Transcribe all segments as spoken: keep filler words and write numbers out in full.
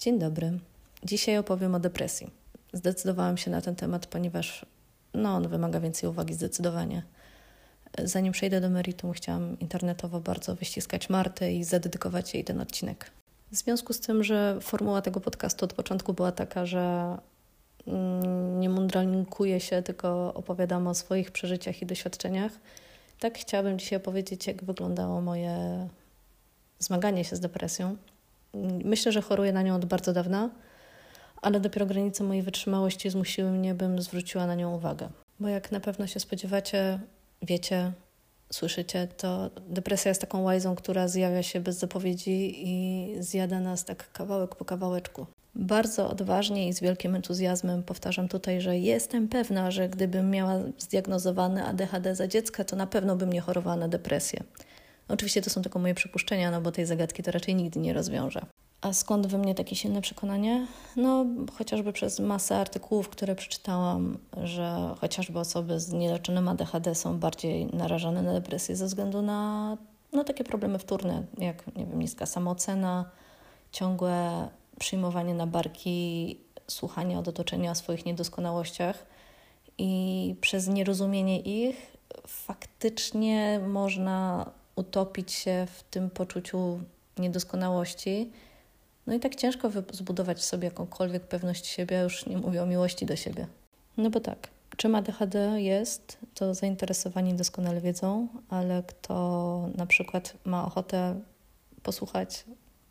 Dzień dobry. Dzisiaj opowiem o depresji. Zdecydowałam się na ten temat, ponieważ no, on wymaga więcej uwagi zdecydowanie. Zanim przejdę do meritum, chciałam internetowo bardzo wyściskać Martę i zadedykować jej ten odcinek. W związku z tym, że formuła tego podcastu od początku była taka, że nie mundralnikuję się, tylko opowiadam o swoich przeżyciach i doświadczeniach, tak chciałabym dzisiaj opowiedzieć, jak wyglądało moje zmaganie się z depresją. Myślę, że choruję na nią od bardzo dawna, ale dopiero granice mojej wytrzymałości zmusiły mnie, bym zwróciła na nią uwagę. Bo jak na pewno się spodziewacie, wiecie, słyszycie, to depresja jest taką łajzą, która zjawia się bez zapowiedzi i zjada nas tak kawałek po kawałeczku. Bardzo odważnie i z wielkim entuzjazmem powtarzam tutaj, że jestem pewna, że gdybym miała zdiagnozowane A D H D za dziecka, to na pewno bym nie chorowała na depresję. Oczywiście to są tylko moje przypuszczenia, no bo tej zagadki to raczej nigdy nie rozwiążę. A skąd we mnie takie silne przekonanie? No chociażby przez masę artykułów, które przeczytałam, że chociażby osoby z nieleczonym A D H D są bardziej narażone na depresję ze względu na no, takie problemy wtórne, jak nie wiem, niska samoocena, ciągłe przyjmowanie na barki, słuchanie od otoczenia o swoich niedoskonałościach i przez nierozumienie ich faktycznie można utopić się w tym poczuciu niedoskonałości. No i tak ciężko zbudować w sobie jakąkolwiek pewność siebie, już nie mówię o miłości do siebie. No bo tak, czym A D H D jest, to zainteresowani doskonale wiedzą, ale kto na przykład ma ochotę posłuchać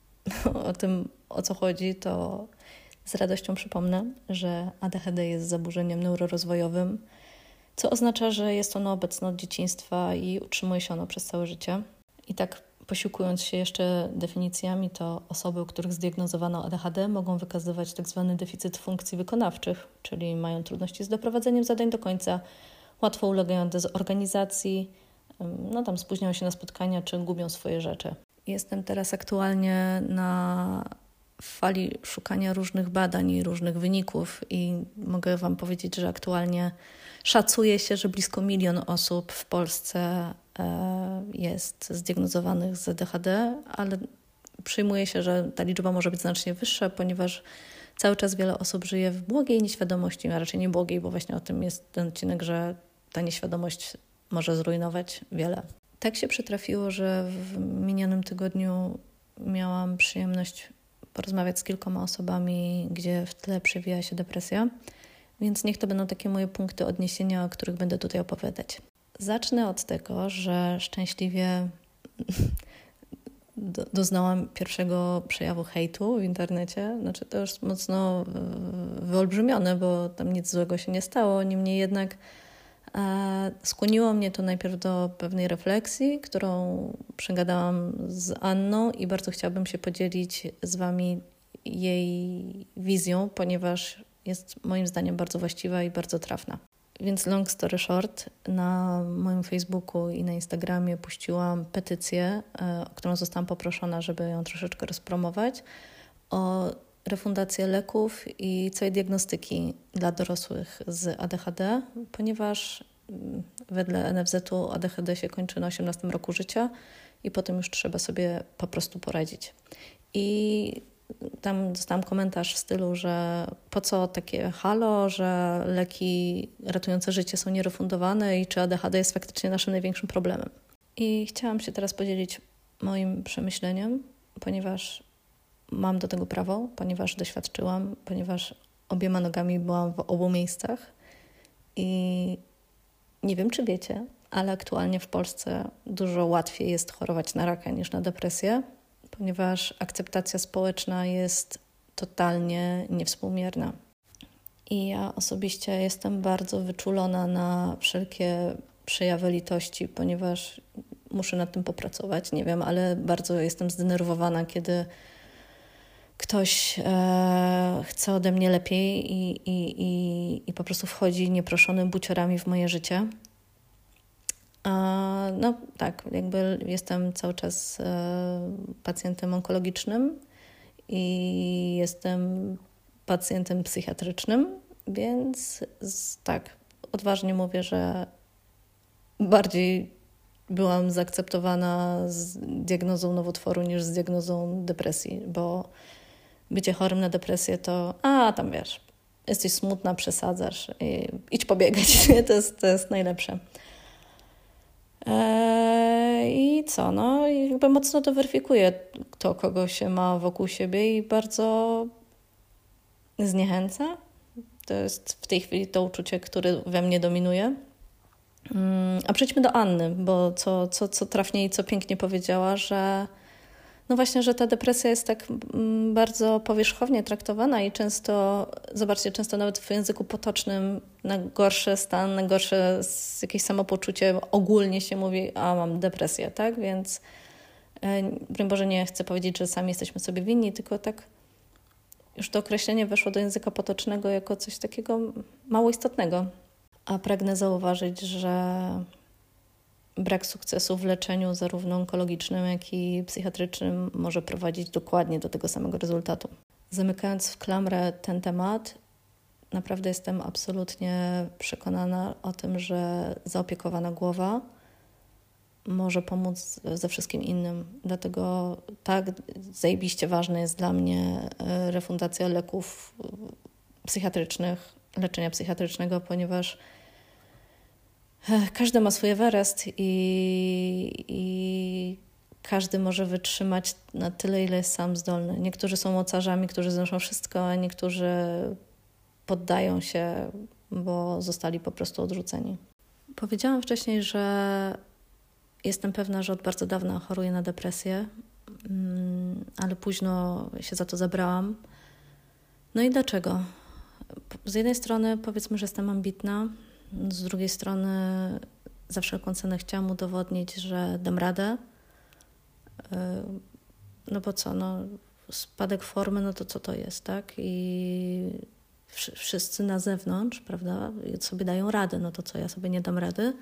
o tym, o co chodzi, to z radością przypomnę, że A D H D jest zaburzeniem neurorozwojowym, co oznacza, że jest ono obecne od dzieciństwa i utrzymuje się ono przez całe życie. I tak posiłkując się jeszcze definicjami, to osoby, u których zdiagnozowano A D H D, mogą wykazywać tzw. deficyt funkcji wykonawczych, czyli mają trudności z doprowadzeniem zadań do końca, łatwo ulegają dezorganizacji, no tam spóźniają się na spotkania czy gubią swoje rzeczy. Jestem teraz aktualnie na fali szukania różnych badań i różnych wyników i mogę Wam powiedzieć, że aktualnie szacuje się, że blisko milion osób w Polsce jest zdiagnozowanych z A D H D, ale przyjmuje się, że ta liczba może być znacznie wyższa, ponieważ cały czas wiele osób żyje w błogiej nieświadomości, a raczej nie błogiej, bo właśnie o tym jest ten odcinek, że ta nieświadomość może zrujnować wiele. Tak się przytrafiło, że w minionym tygodniu miałam przyjemność porozmawiać z kilkoma osobami, gdzie w tle przewija się depresja, więc niech to będą takie moje punkty odniesienia, o których będę tutaj opowiadać. Zacznę od tego, że szczęśliwie do, doznałam pierwszego przejawu hejtu w internecie. Znaczy to już mocno wyolbrzymione, bo tam nic złego się nie stało. Niemniej jednak e, skłoniło mnie to najpierw do pewnej refleksji, którą przegadałam z Anną i bardzo chciałabym się podzielić z Wami jej wizją, ponieważ jest moim zdaniem bardzo właściwa i bardzo trafna. Więc long story short, na moim Facebooku i na Instagramie puściłam petycję, o którą zostałam poproszona, żeby ją troszeczkę rozpromować, o refundację leków i całej diagnostyki dla dorosłych z A D H D, ponieważ wedle N F Z-u A D H D się kończy na osiemnastym roku życia i potem już trzeba sobie po prostu poradzić. I tam dostałam komentarz w stylu, że po co takie halo, że leki ratujące życie są nierefundowane i czy A D H D jest faktycznie naszym największym problemem. I chciałam się teraz podzielić moim przemyśleniem, ponieważ mam do tego prawo, ponieważ doświadczyłam, ponieważ obiema nogami byłam w obu miejscach i nie wiem, czy wiecie, ale aktualnie w Polsce dużo łatwiej jest chorować na raka niż na depresję, ponieważ akceptacja społeczna jest totalnie niewspółmierna. I ja osobiście jestem bardzo wyczulona na wszelkie przejawy litości, ponieważ muszę nad tym popracować, nie wiem, ale bardzo jestem zdenerwowana, kiedy ktoś e, chce ode mnie lepiej i, i, i, i po prostu wchodzi nieproszony buciorami w moje życie. No tak, jakby jestem cały czas e, pacjentem onkologicznym i jestem pacjentem psychiatrycznym, więc z, tak, odważnie mówię, że bardziej byłam zaakceptowana z diagnozą nowotworu niż z diagnozą depresji, bo bycie chorym na depresję to, a tam wiesz, jesteś smutna, przesadzasz, i, idź pobiegać, to jest, to jest najlepsze. Eee, I co, no jakby mocno to weryfikuje to, kogo się ma wokół siebie i bardzo zniechęca. To jest w tej chwili to uczucie, które we mnie dominuje. A przejdźmy do Anny, bo co, co, co trafnie i co pięknie powiedziała, że no właśnie, że ta depresja jest tak bardzo powierzchownie traktowana i często, zobaczcie, często nawet w języku potocznym na gorszy stan, na gorsze jakieś samopoczucie ogólnie się mówi, a mam depresję, tak? Więc broń Boże, nie chcę powiedzieć, że sami jesteśmy sobie winni, tylko tak już to określenie weszło do języka potocznego jako coś takiego mało istotnego. A pragnę zauważyć, że brak sukcesu w leczeniu zarówno onkologicznym, jak i psychiatrycznym może prowadzić dokładnie do tego samego rezultatu. Zamykając w klamrę ten temat, naprawdę jestem absolutnie przekonana o tym, że zaopiekowana głowa może pomóc ze wszystkim innym. Dlatego tak zajebiście ważna jest dla mnie refundacja leków psychiatrycznych, leczenia psychiatrycznego, ponieważ każdy ma swój Everest i, i każdy może wytrzymać na tyle, ile jest sam zdolny. Niektórzy są mocarzami, którzy znoszą wszystko, a niektórzy poddają się, bo zostali po prostu odrzuceni. Powiedziałam wcześniej, że jestem pewna, że od bardzo dawna choruję na depresję, ale późno się za to zabrałam. No i dlaczego? Z jednej strony powiedzmy, że jestem ambitna, z drugiej strony za wszelką cenę chciałam udowodnić, że dam radę. No bo co, no spadek formy, no to co to jest, tak? I wszyscy na zewnątrz, prawda, sobie dają radę, no to co, ja sobie nie dam rady.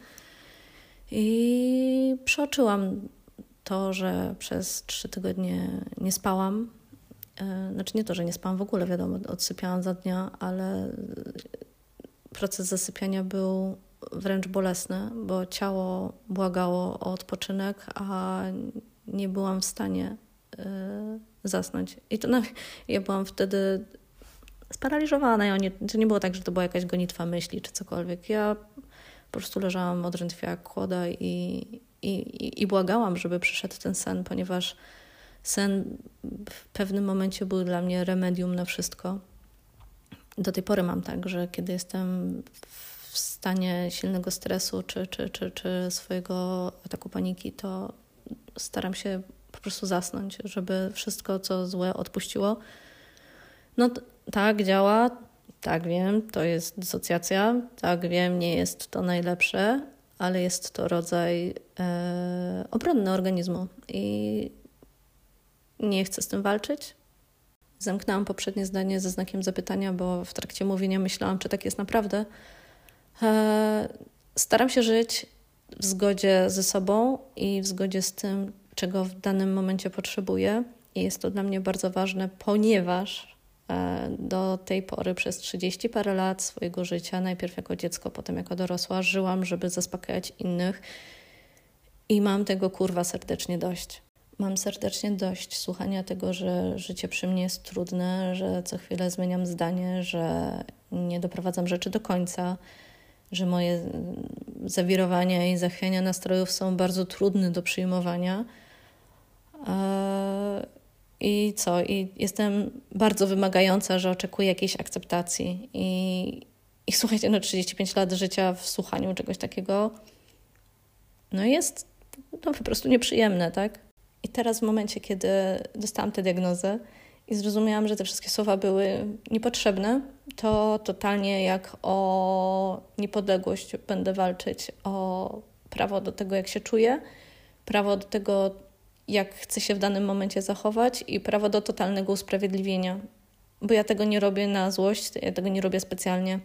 I przeoczyłam to, że przez trzy tygodnie nie spałam. Znaczy nie to, że nie spałam w ogóle, wiadomo, odsypiałam za dnia, ale proces zasypiania był wręcz bolesny, bo ciało błagało o odpoczynek, a nie byłam w stanie y, zasnąć. I to nawet, ja byłam wtedy sparaliżowana. Ja nie, to nie było tak, że to była jakaś gonitwa myśli czy cokolwiek. Ja po prostu leżałam odrętwiała jak kłoda i, i, i, i błagałam, żeby przyszedł ten sen, ponieważ sen w pewnym momencie był dla mnie remedium na wszystko. Do tej pory mam tak, że kiedy jestem w stanie silnego stresu czy, czy, czy, czy swojego ataku paniki, to staram się po prostu zasnąć, żeby wszystko, co złe, odpuściło. No t- tak, działa, tak wiem, to jest dysocjacja, tak wiem, nie jest to najlepsze, ale jest to rodzaj e, obronny organizmu i nie chcę z tym walczyć. Zamknęłam poprzednie zdanie ze znakiem zapytania, bo w trakcie mówienia myślałam, czy tak jest naprawdę. E, staram się żyć w zgodzie ze sobą i w zgodzie z tym, czego w danym momencie potrzebuję. I jest to dla mnie bardzo ważne, ponieważ e, do tej pory przez trzydzieści parę lat swojego życia, najpierw jako dziecko, potem jako dorosła, żyłam, żeby zaspokajać innych i mam tego kurwa serdecznie dość. Mam serdecznie dość słuchania tego, że życie przy mnie jest trudne, że co chwilę zmieniam zdanie, że nie doprowadzam rzeczy do końca, że moje zawirowania i zachwiania nastrojów są bardzo trudne do przyjmowania. I co? I jestem bardzo wymagająca, że oczekuję jakiejś akceptacji. I, i słuchajcie, no trzydzieści pięć lat życia w słuchaniu czegoś takiego, no jest to po prostu nieprzyjemne, tak? I teraz w momencie, kiedy dostałam tę diagnozę i zrozumiałam, że te wszystkie słowa były niepotrzebne, to totalnie jak o niepodległość będę walczyć, o prawo do tego, jak się czuję, prawo do tego, jak chcę się w danym momencie zachować i prawo do totalnego usprawiedliwienia. Bo ja tego nie robię na złość, ja tego nie robię specjalnie.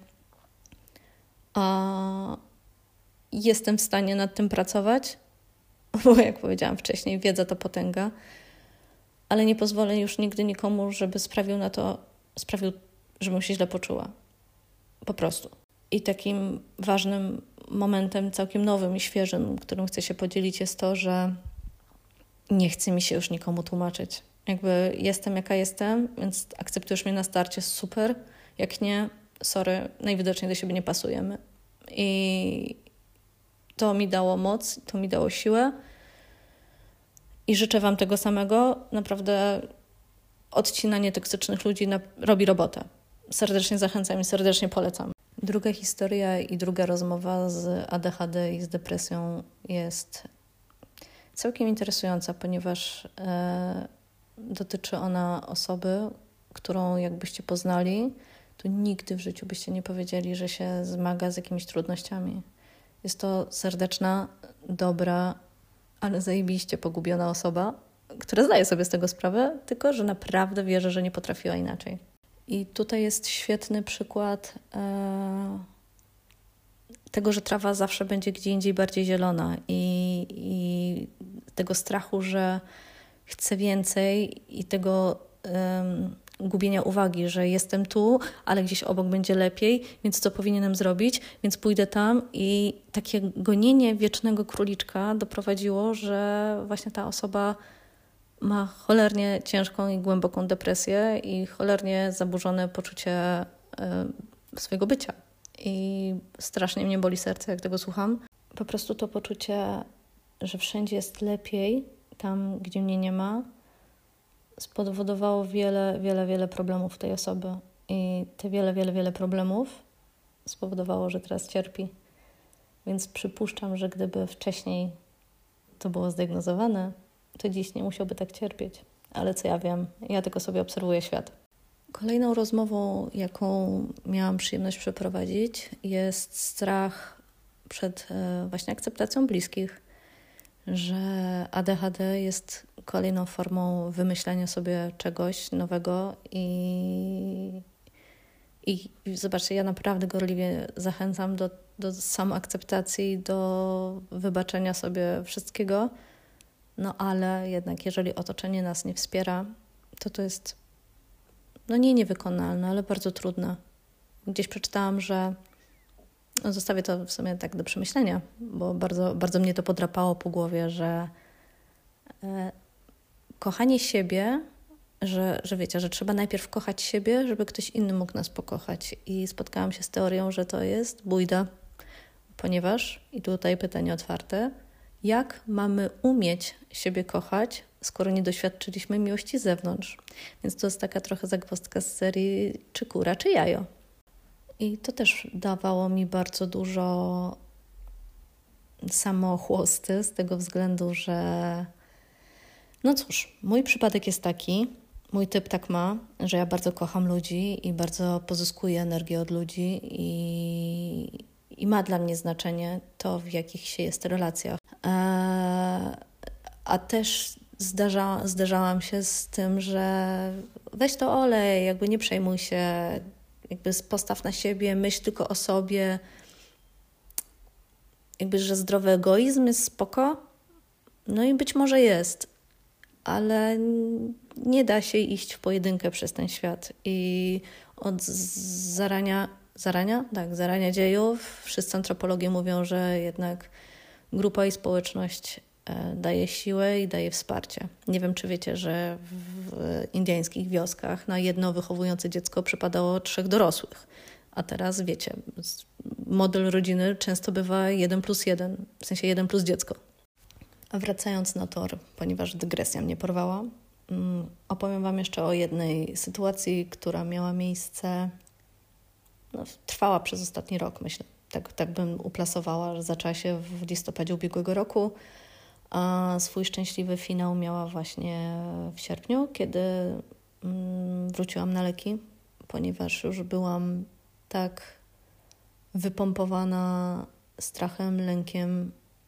A jestem w stanie nad tym pracować, bo jak powiedziałam wcześniej, wiedza to potęga, ale nie pozwolę już nigdy nikomu, żeby sprawił na to, sprawił, żebym się źle poczuła. Po prostu. I takim ważnym momentem, całkiem nowym i świeżym, którym chcę się podzielić, jest to, że nie chce mi się już nikomu tłumaczyć. Jakby jestem jaka jestem, więc akceptujesz mnie na starcie, super. Jak nie, sorry, najwidoczniej do siebie nie pasujemy. I to mi dało moc, to mi dało siłę. I życzę wam tego samego. Naprawdę odcinanie toksycznych ludzi na, robi robotę. Serdecznie zachęcam i serdecznie polecam. Druga historia i druga rozmowa z A D H D i z depresją jest całkiem interesująca, ponieważ e, dotyczy ona osoby, którą jakbyście poznali, to nigdy w życiu byście nie powiedzieli, że się zmaga z jakimiś trudnościami. Jest to serdeczna, dobra, ale zajebiście pogubiona osoba, która zdaje sobie z tego sprawę, tylko że naprawdę wierzy, że nie potrafiła inaczej. I tutaj jest świetny przykład e, tego, że trawa zawsze będzie gdzie indziej bardziej zielona i, i tego strachu, że chcę więcej i tego um, gubienia uwagi, że jestem tu, ale gdzieś obok będzie lepiej, więc co powinienem zrobić, więc pójdę tam i takie gonienie wiecznego króliczka doprowadziło, że właśnie ta osoba ma cholernie ciężką i głęboką depresję i cholernie zaburzone poczucie y, swojego bycia. I strasznie mnie boli serce, jak tego słucham. Po prostu to poczucie, że wszędzie jest lepiej, tam, gdzie mnie nie ma, spowodowało wiele, wiele, wiele problemów tej osoby. I te wiele, wiele, wiele problemów spowodowało, że teraz cierpi. Więc przypuszczam, że gdyby wcześniej to było zdiagnozowane, to dziś nie musiałby tak cierpieć. Ale co ja wiem, ja tylko sobie obserwuję świat. Kolejną rozmową, jaką miałam przyjemność przeprowadzić, jest strach przed e, właśnie akceptacją bliskich, że A D H D jest kolejną formą wymyślenia sobie czegoś nowego i, i, i zobaczcie, ja naprawdę gorliwie zachęcam do, do samoakceptacji, do wybaczenia sobie wszystkiego, no ale jednak jeżeli otoczenie nas nie wspiera, to to jest no nie niewykonalne, ale bardzo trudne. Gdzieś przeczytałam, że no zostawię to w sumie tak do przemyślenia, bo bardzo, bardzo mnie to podrapało po głowie, że e, kochanie siebie, że, że wiecie, że trzeba najpierw kochać siebie, żeby ktoś inny mógł nas pokochać. I spotkałam się z teorią, że to jest bójda, ponieważ, i tutaj pytanie otwarte, jak mamy umieć siebie kochać, skoro nie doświadczyliśmy miłości z zewnątrz? Więc to jest taka trochę zagwozdka z serii czy kura, czy jajo. I to też dawało mi bardzo dużo samochłosty z tego względu, że no cóż, mój przypadek jest taki, mój typ tak ma, że ja bardzo kocham ludzi i bardzo pozyskuję energię od ludzi i, i ma dla mnie znaczenie to, w jakich się jest relacjach. A, a też zdarza, zdarzałam się z tym, że weź to olej, jakby nie przejmuj się, jakby postaw na siebie, myśl tylko o sobie. Jakby, że zdrowy egoizm jest spoko. No i być może jest, ale nie da się iść w pojedynkę przez ten świat. I od zarania, zarania? Tak, zarania dziejów wszyscy antropologie mówią, że jednak grupa i społeczność daje siłę i daje wsparcie. Nie wiem, czy wiecie, że w indyjskich wioskach na jedno wychowujące dziecko przypadało trzech dorosłych. A teraz wiecie, model rodziny często bywa jeden plus jeden, w sensie jeden plus dziecko. A wracając na tor, ponieważ dygresja mnie porwała, opowiem wam jeszcze o jednej sytuacji, która miała miejsce, no, trwała przez ostatni rok, myślę. Tak, tak bym uplasowała, że zaczęła się w listopadzie ubiegłego roku, a swój szczęśliwy finał miała właśnie w sierpniu, kiedy mm, wróciłam na leki, ponieważ już byłam tak wypompowana strachem, lękiem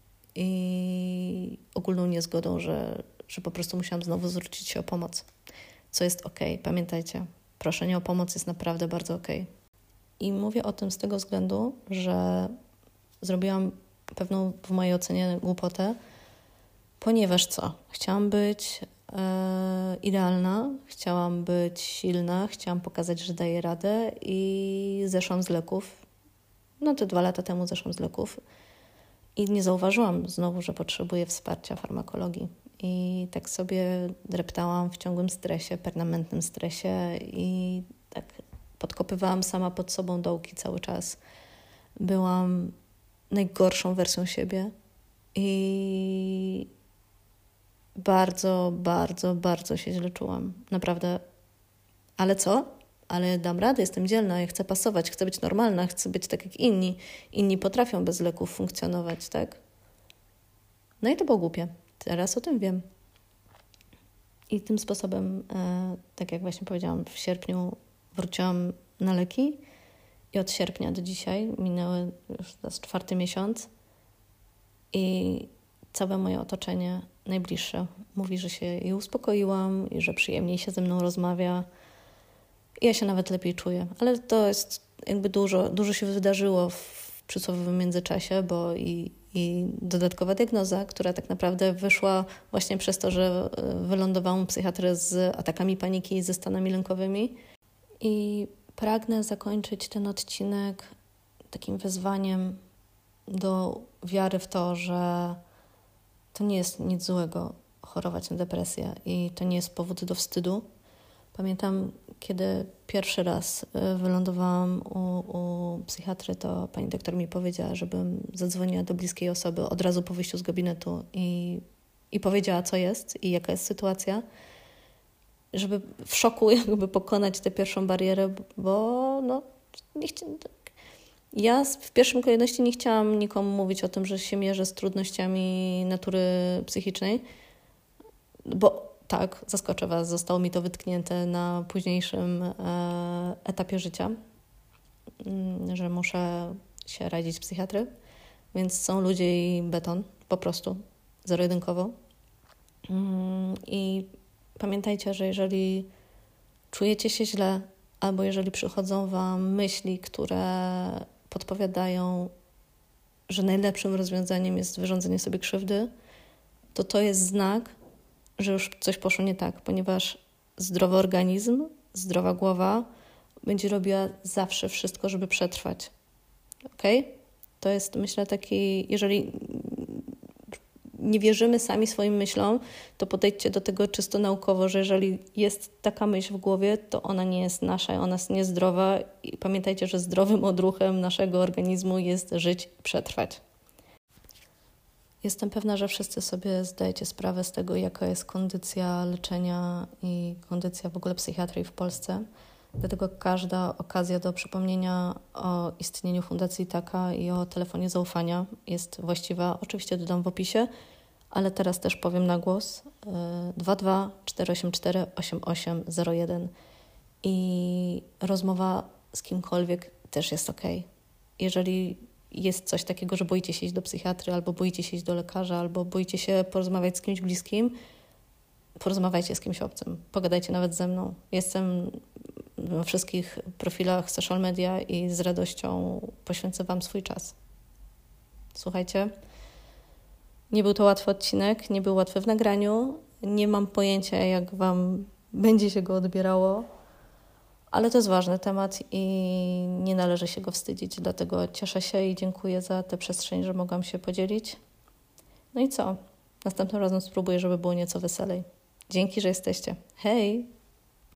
i ogólną niezgodą, że, że po prostu musiałam znowu zwrócić się o pomoc, co jest okej. Pamiętajcie, proszenie o pomoc jest naprawdę bardzo okej. I mówię o tym z tego względu, że zrobiłam pewną w mojej ocenie głupotę, ponieważ co? Chciałam być e, idealna, chciałam być silna, chciałam pokazać, że daję radę i zeszłam z leków. No to dwa lata temu zeszłam z leków i nie zauważyłam znowu, że potrzebuję wsparcia farmakologii. i tak sobie dreptałam w ciągłym stresie, permanentnym stresie i tak podkopywałam sama pod sobą dołki cały czas. Byłam najgorszą wersją siebie i bardzo, bardzo, bardzo się źle czułam. Naprawdę. Ale co? Ale dam radę, jestem dzielna, ja chcę pasować, chcę być normalna, chcę być tak jak inni. Inni potrafią bez leków funkcjonować, tak? No i to było głupie. Teraz o tym wiem. I tym sposobem, e, tak jak właśnie powiedziałam, w sierpniu wróciłam na leki i od sierpnia do dzisiaj minęły już teraz czwarty miesiąc i całe moje otoczenie najbliższe mówi, że się jej uspokoiłam i że przyjemniej się ze mną rozmawia. I ja się nawet lepiej czuję. Ale to jest jakby dużo, dużo się wydarzyło w przysłowiowym międzyczasie, bo i, i dodatkowa diagnoza, która tak naprawdę wyszła właśnie przez to, że wylądowałam u psychiatry z atakami paniki i ze stanami lękowymi. I pragnę zakończyć ten odcinek takim wezwaniem do wiary w to, że to nie jest nic złego chorować na depresję i to nie jest powód do wstydu. Pamiętam, kiedy pierwszy raz wylądowałam u, u psychiatry, to pani doktor mi powiedziała, żebym zadzwoniła do bliskiej osoby od razu po wyjściu z gabinetu i, i powiedziała, co jest i jaka jest sytuacja, żeby w szoku jakby pokonać tę pierwszą barierę, bo no, nie chcia... ja w pierwszym kolejności nie chciałam nikomu mówić o tym, że się mierzę z trudnościami natury psychicznej, bo tak, zaskoczę Was, zostało mi to wytknięte na późniejszym e, etapie życia, że muszę się radzić z psychiatry, więc są ludzie i beton, po prostu, zero-jedynkowo. I pamiętajcie, że jeżeli czujecie się źle, albo jeżeli przychodzą Wam myśli, które podpowiadają, że najlepszym rozwiązaniem jest wyrządzenie sobie krzywdy, to to jest znak, że już coś poszło nie tak, ponieważ zdrowy organizm, zdrowa głowa będzie robiła zawsze wszystko, żeby przetrwać. Okej? Okay? To jest, myślę, taki, jeżeli nie wierzymy sami swoim myślom, to podejdźcie do tego czysto naukowo, że jeżeli jest taka myśl w głowie, to ona nie jest nasza, ona jest niezdrowa i pamiętajcie, że zdrowym odruchem naszego organizmu jest żyć i przetrwać. Jestem pewna, że wszyscy sobie zdajecie sprawę z tego, jaka jest kondycja leczenia i kondycja w ogóle psychiatrii w Polsce. Dlatego każda okazja do przypomnienia o istnieniu Fundacji Taka i o telefonie zaufania jest właściwa. Oczywiście dodam w opisie, ale teraz też powiem na głos dwa dwa cztery osiem cztery osiem osiem zero jeden i rozmowa z kimkolwiek też jest okej. Jeżeli jest coś takiego, że boicie się iść do psychiatry, albo boicie się iść do lekarza, albo boicie się porozmawiać z kimś bliskim, porozmawiajcie z kimś obcym, pogadajcie nawet ze mną. Jestem we wszystkich profilach social media i z radością poświęcę Wam swój czas. Słuchajcie, nie był to łatwy odcinek, nie był łatwy w nagraniu, nie mam pojęcia, jak Wam będzie się go odbierało, ale to jest ważny temat i nie należy się go wstydzić, dlatego cieszę się i dziękuję za tę przestrzeń, że mogłam się podzielić. No i co? Następnym razem spróbuję, żeby było nieco weselej. Dzięki, że jesteście. Hej!